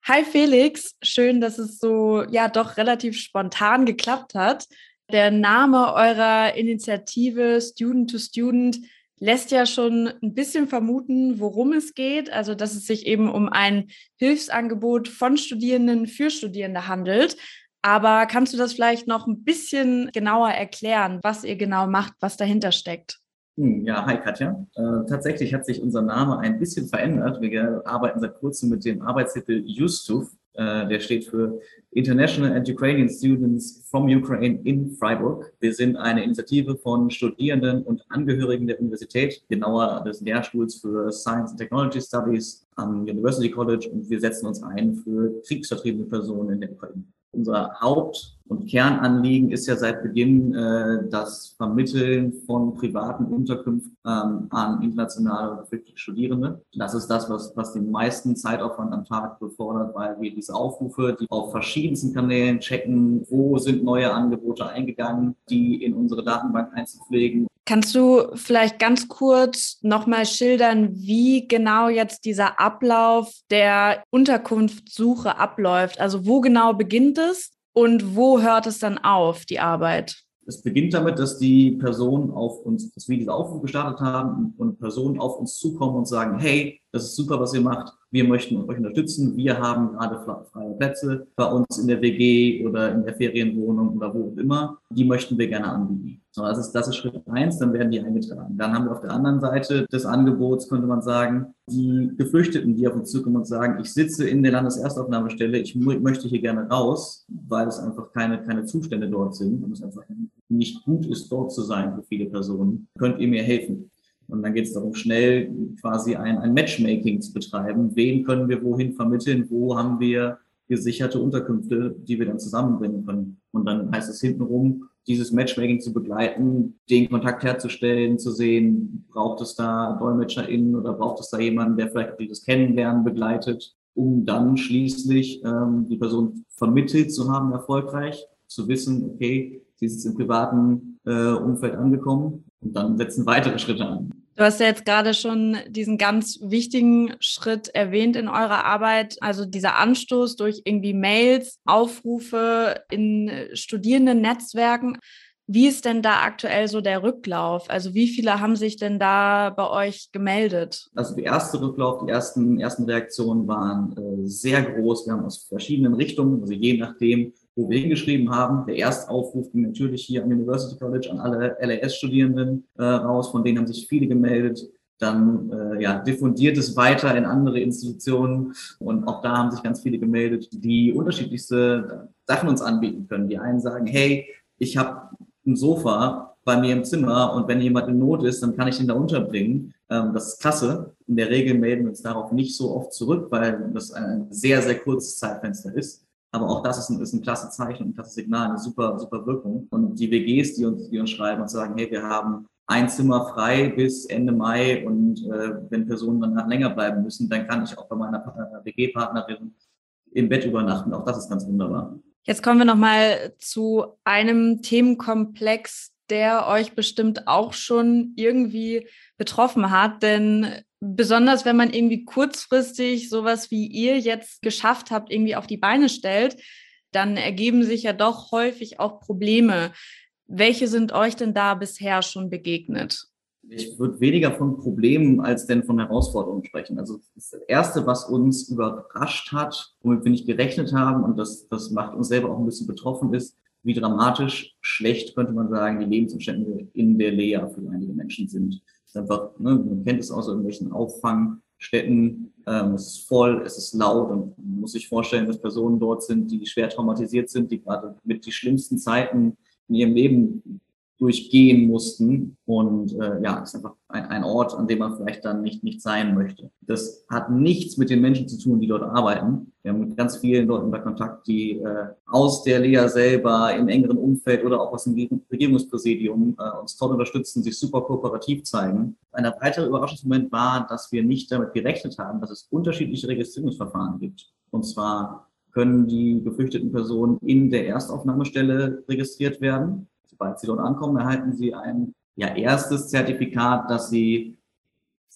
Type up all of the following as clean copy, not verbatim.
Hi Felix, schön, dass es so ja doch relativ spontan geklappt hat. Der Name eurer Initiative Student to Student lässt ja schon ein bisschen vermuten, worum es geht. Also, dass es sich eben um ein Hilfsangebot von Studierenden für Studierende handelt. Aber kannst du das vielleicht noch ein bisschen genauer erklären, was ihr genau macht, was dahinter steckt? Ja, hi Katja. Tatsächlich hat sich unser Name ein bisschen verändert. Wir arbeiten seit kurzem mit dem Arbeitstitel JUSTUF. Der steht für International and Ukrainian Students from Ukraine in Freiburg. Wir sind eine Initiative von Studierenden und Angehörigen der Universität, genauer des Lehrstuhls für Science and Technology Studies am University College, und wir setzen uns ein für kriegsvertriebene Personen in der Ukraine. Unser Haupt- und Kernanliegen ist ja seit Beginn das Vermitteln von privaten Unterkünften an internationale und geflüchtete Studierende. Das ist das, was den meisten Zeitaufwand am Tag befordert, weil wir diese Aufrufe, die auf verschiedensten Kanälen checken, wo sind neue Angebote eingegangen, die in unsere Datenbank einzupflegen. Kannst du vielleicht ganz kurz nochmal schildern, wie genau jetzt dieser Ablauf der Unterkunftssuche abläuft? Also wo genau beginnt es und wo hört es dann auf, die Arbeit? Es beginnt damit, dass die Personen auf uns, dass wir diese Aufruf gestartet haben und Personen auf uns zukommen und sagen, hey, das ist super, was ihr macht. Wir möchten euch unterstützen. Wir haben gerade freie Plätze bei uns in der WG oder in der Ferienwohnung oder wo auch immer. Die möchten wir gerne anbieten. So, das ist Schritt eins, dann werden die eingetragen. Dann haben wir auf der anderen Seite des Angebots, könnte man sagen, die Geflüchteten, die auf uns zukommen und sagen, ich sitze in der Landeserstaufnahmestelle, ich möchte hier gerne raus, weil es einfach keine Zustände dort sind und es einfach nicht gut ist, dort zu sein für viele Personen. Könnt ihr mir helfen? Und dann geht es darum, schnell quasi ein Matchmaking zu betreiben. Wen können wir wohin vermitteln? Wo haben wir gesicherte Unterkünfte, die wir dann zusammenbringen können? Und dann heißt es hintenrum, dieses Matchmaking zu begleiten, den Kontakt herzustellen, zu sehen, braucht es da DolmetscherInnen oder braucht es da jemanden, der vielleicht dieses Kennenlernen begleitet, um dann schließlich die Person vermittelt zu haben, erfolgreich, zu wissen, okay, sie ist im privaten Umfeld angekommen, und dann setzen weitere Schritte an. Du hast ja jetzt gerade schon diesen ganz wichtigen Schritt erwähnt in eurer Arbeit, also dieser Anstoß durch irgendwie Mails, Aufrufe in Studierendennetzwerken. Wie ist denn da aktuell so der Rücklauf? Also wie viele haben sich denn da bei euch gemeldet? Also der erste Rücklauf, die ersten Reaktionen waren sehr groß. Wir haben aus verschiedenen Richtungen, also je nachdem, wo wir hingeschrieben haben. Der Erstaufruf ging natürlich hier am University College an alle LAS-Studierenden raus, von denen haben sich viele gemeldet. Dann diffundiert es weiter in andere Institutionen, und auch da haben sich ganz viele gemeldet, die unterschiedlichste Sachen uns anbieten können. Die einen sagen, hey, ich habe ein Sofa bei mir im Zimmer, und wenn jemand in Not ist, dann kann ich den da unterbringen. Das ist klasse. In der Regel melden wir uns darauf nicht so oft zurück, weil das ein sehr, sehr kurzes Zeitfenster ist. Aber auch das ist ein klasse Zeichen, ein klasse Signal, eine super, super Wirkung. Und die WGs, die uns schreiben und sagen, hey, wir haben ein Zimmer frei bis Ende Mai, und wenn Personen danach länger bleiben müssen, dann kann ich auch bei meiner WG-Partnerin im Bett übernachten. Auch das ist ganz wunderbar. Jetzt kommen wir nochmal zu einem Themenkomplex, der euch bestimmt auch schon irgendwie betroffen hat. Denn besonders wenn man irgendwie kurzfristig sowas wie ihr jetzt geschafft habt, irgendwie auf die Beine stellt, dann ergeben sich ja doch häufig auch Probleme. Welche sind euch denn da bisher schon begegnet? Ich würde weniger von Problemen als denn von Herausforderungen sprechen. Also das Erste, was uns überrascht hat, womit wir nicht gerechnet haben, und das macht uns selber auch ein bisschen betroffen, ist, wie dramatisch schlecht, könnte man sagen, die Lebensumstände in der Lea für einige Menschen sind. Es ist einfach, ne, man kennt es aus irgendwelchen Auffangstätten, es ist voll, es ist laut, und man muss sich vorstellen, dass Personen dort sind, die schwer traumatisiert sind, die gerade mit die schlimmsten Zeiten in ihrem Leben durchgehen mussten. Und es ist einfach ein Ort, an dem man vielleicht dann nicht sein möchte. Das hat nichts mit den Menschen zu tun, die dort arbeiten. Wir haben mit ganz vielen Leuten bei Kontakt, die aus der Lea selber, im engeren Umfeld oder auch aus dem Regierungspräsidium uns toll unterstützen, sich super kooperativ zeigen. Ein weiterer Überraschungsmoment war, dass wir nicht damit gerechnet haben, dass es unterschiedliche Registrierungsverfahren gibt. Und zwar können die geflüchteten Personen in der Erstaufnahmestelle registriert werden. Sobald sie dort ankommen, erhalten sie ein erstes Zertifikat, dass sie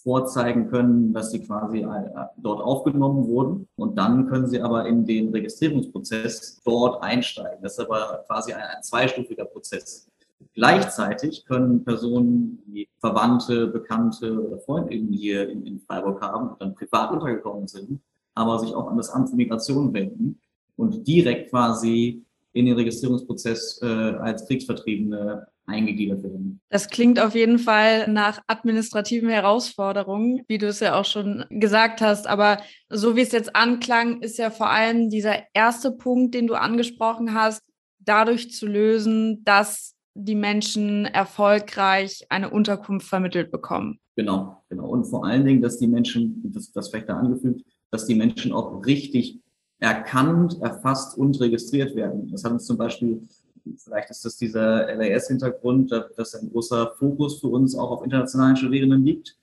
vorzeigen können, dass sie quasi dort aufgenommen wurden. Und dann können sie aber in den Registrierungsprozess dort einsteigen. Das ist aber quasi ein zweistufiger Prozess. Gleichzeitig können Personen, die Verwandte, Bekannte oder Freundinnen hier in Freiburg haben und dann privat untergekommen sind, aber sich auch an das Amt für Migration wenden und direkt quasi in den Registrierungsprozess als Kriegsvertriebene eingegliedert werden. Das klingt auf jeden Fall nach administrativen Herausforderungen, wie du es ja auch schon gesagt hast. Aber so wie es jetzt anklang, ist ja vor allem dieser erste Punkt, den du angesprochen hast, dadurch zu lösen, dass die Menschen erfolgreich eine Unterkunft vermittelt bekommen. Genau. Und vor allen Dingen, dass die Menschen, das vielleicht da angefügt, dass die Menschen auch richtig erkannt, erfasst und registriert werden. Das hat uns zum Beispiel, vielleicht ist das dieser LAS-Hintergrund, dass ein großer Fokus für uns auch auf internationalen Studierenden liegt.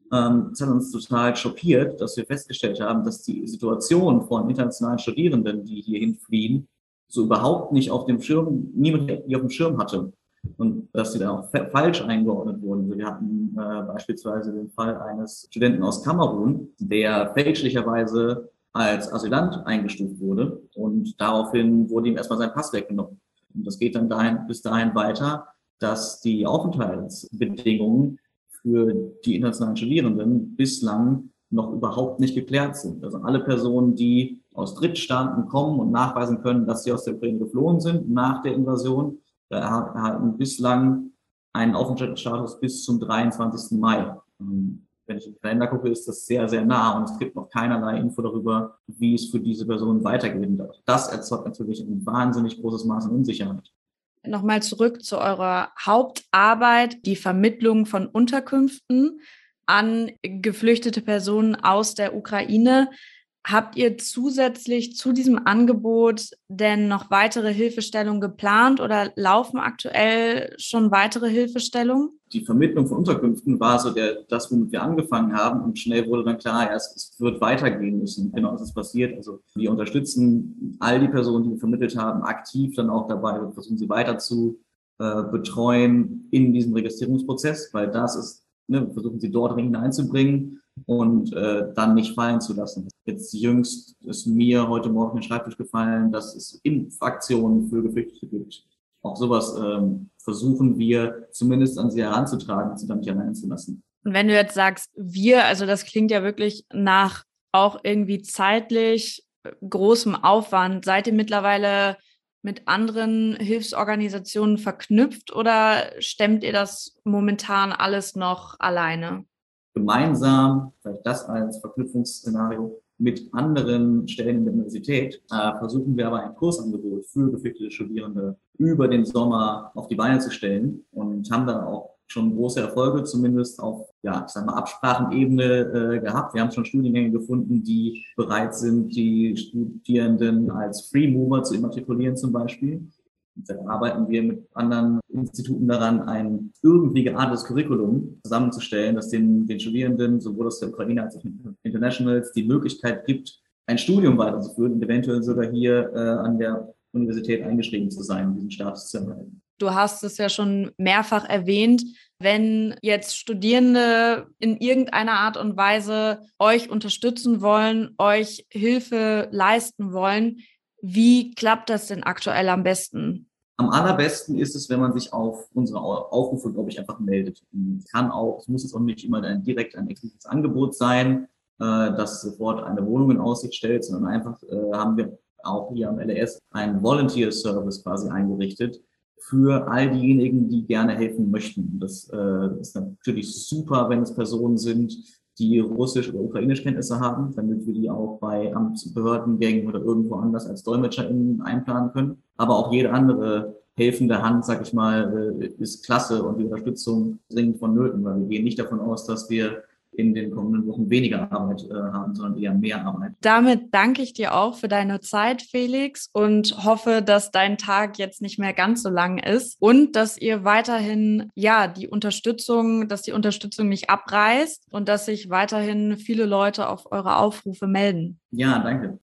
Es hat uns total schockiert, dass wir festgestellt haben, dass die Situation von internationalen Studierenden, die hierhin fliehen, so überhaupt nicht auf dem Schirm, niemand die auf dem Schirm hatte. Und dass sie dann auch falsch eingeordnet wurden. Wir hatten beispielsweise den Fall eines Studenten aus Kamerun, der fälschlicherweise als Asylant eingestuft wurde und daraufhin wurde ihm erstmal sein Pass weggenommen. Und das geht dann bis dahin weiter, dass die Aufenthaltsbedingungen für die internationalen Studierenden bislang noch überhaupt nicht geklärt sind. Also alle Personen, die aus Drittstaaten kommen und nachweisen können, dass sie aus der Ukraine geflohen sind nach der Invasion, erhalten bislang einen Aufenthaltsstatus bis zum 23. Mai. Wenn ich in den Kalender gucke, ist das sehr, sehr nah und es gibt noch keinerlei Info darüber, wie es für diese Personen weitergehen wird. Das erzeugt natürlich ein wahnsinnig großes Maß an Unsicherheit. Nochmal zurück zu eurer Hauptarbeit, die Vermittlung von Unterkünften an geflüchtete Personen aus der Ukraine. Habt ihr zusätzlich zu diesem Angebot denn noch weitere Hilfestellungen geplant oder laufen aktuell schon weitere Hilfestellungen? Die Vermittlung von Unterkünften war so das, womit wir angefangen haben und schnell wurde dann klar, ja, es wird weitergehen müssen. Genau, das ist passiert. Also wir unterstützen all die Personen, die wir vermittelt haben, aktiv dann auch dabei und versuchen sie weiter zu betreuen in diesem Registrierungsprozess, weil das ist, wir versuchen sie dort hineinzubringen und dann nicht fallen zu lassen. Jetzt jüngst ist mir heute Morgen den Schreibtisch gefallen, dass es Impfaktionen für Geflüchtete gibt. Auch sowas versuchen wir zumindest an sie heranzutragen, sie dann nicht allein zu lassen. Und wenn du jetzt sagst, wir, also das klingt ja wirklich nach auch irgendwie zeitlich großem Aufwand. Seid ihr mittlerweile mit anderen Hilfsorganisationen verknüpft oder stemmt ihr das momentan alles noch alleine? Gemeinsam, vielleicht das als Verknüpfungsszenario, mit anderen Stellen in der Universität versuchen wir aber ein Kursangebot für geflüchtete Studierende über den Sommer auf die Beine zu stellen und haben dann auch schon große Erfolge, zumindest auf, Absprachenebene gehabt. Wir haben schon Studiengänge gefunden, die bereit sind, die Studierenden als Free Mover zu immatrikulieren zum Beispiel. Da arbeiten wir mit anderen Instituten daran, ein irgendwie geartetes Curriculum zusammenzustellen, das den Studierenden, sowohl aus der Ukraine als auch Internationals, die Möglichkeit gibt, ein Studium weiterzuführen und eventuell sogar hier an der Universität eingeschrieben zu sein, diesen Status zu erhalten. Du hast es ja schon mehrfach erwähnt, wenn jetzt Studierende in irgendeiner Art und Weise euch unterstützen wollen, euch Hilfe leisten wollen, wie klappt das denn aktuell am besten? Am allerbesten ist es, wenn man sich auf unsere Aufrufe, glaube ich, einfach meldet. Es muss jetzt auch nicht immer direkt ein explizites Angebot sein, das sofort eine Wohnung in Aussicht stellt, sondern einfach haben wir auch hier am LAS einen Volunteer Service quasi eingerichtet für all diejenigen, die gerne helfen möchten. Das ist natürlich super, wenn es Personen sind, die Russisch- oder Ukrainisch-Kenntnisse haben, damit wir die auch bei Amtsbehördengängen oder irgendwo anders als DolmetscherInnen einplanen können. Aber auch jede andere helfende Hand, sag ich mal, ist klasse und die Unterstützung dringend vonnöten, weil wir gehen nicht davon aus, dass wir in den kommenden Wochen weniger Arbeit haben, sondern eher mehr Arbeit. Damit danke ich dir auch für deine Zeit, Felix, und hoffe, dass dein Tag jetzt nicht mehr ganz so lang ist und dass ihr weiterhin, dass die Unterstützung nicht abreißt und dass sich weiterhin viele Leute auf eure Aufrufe melden. Ja, danke.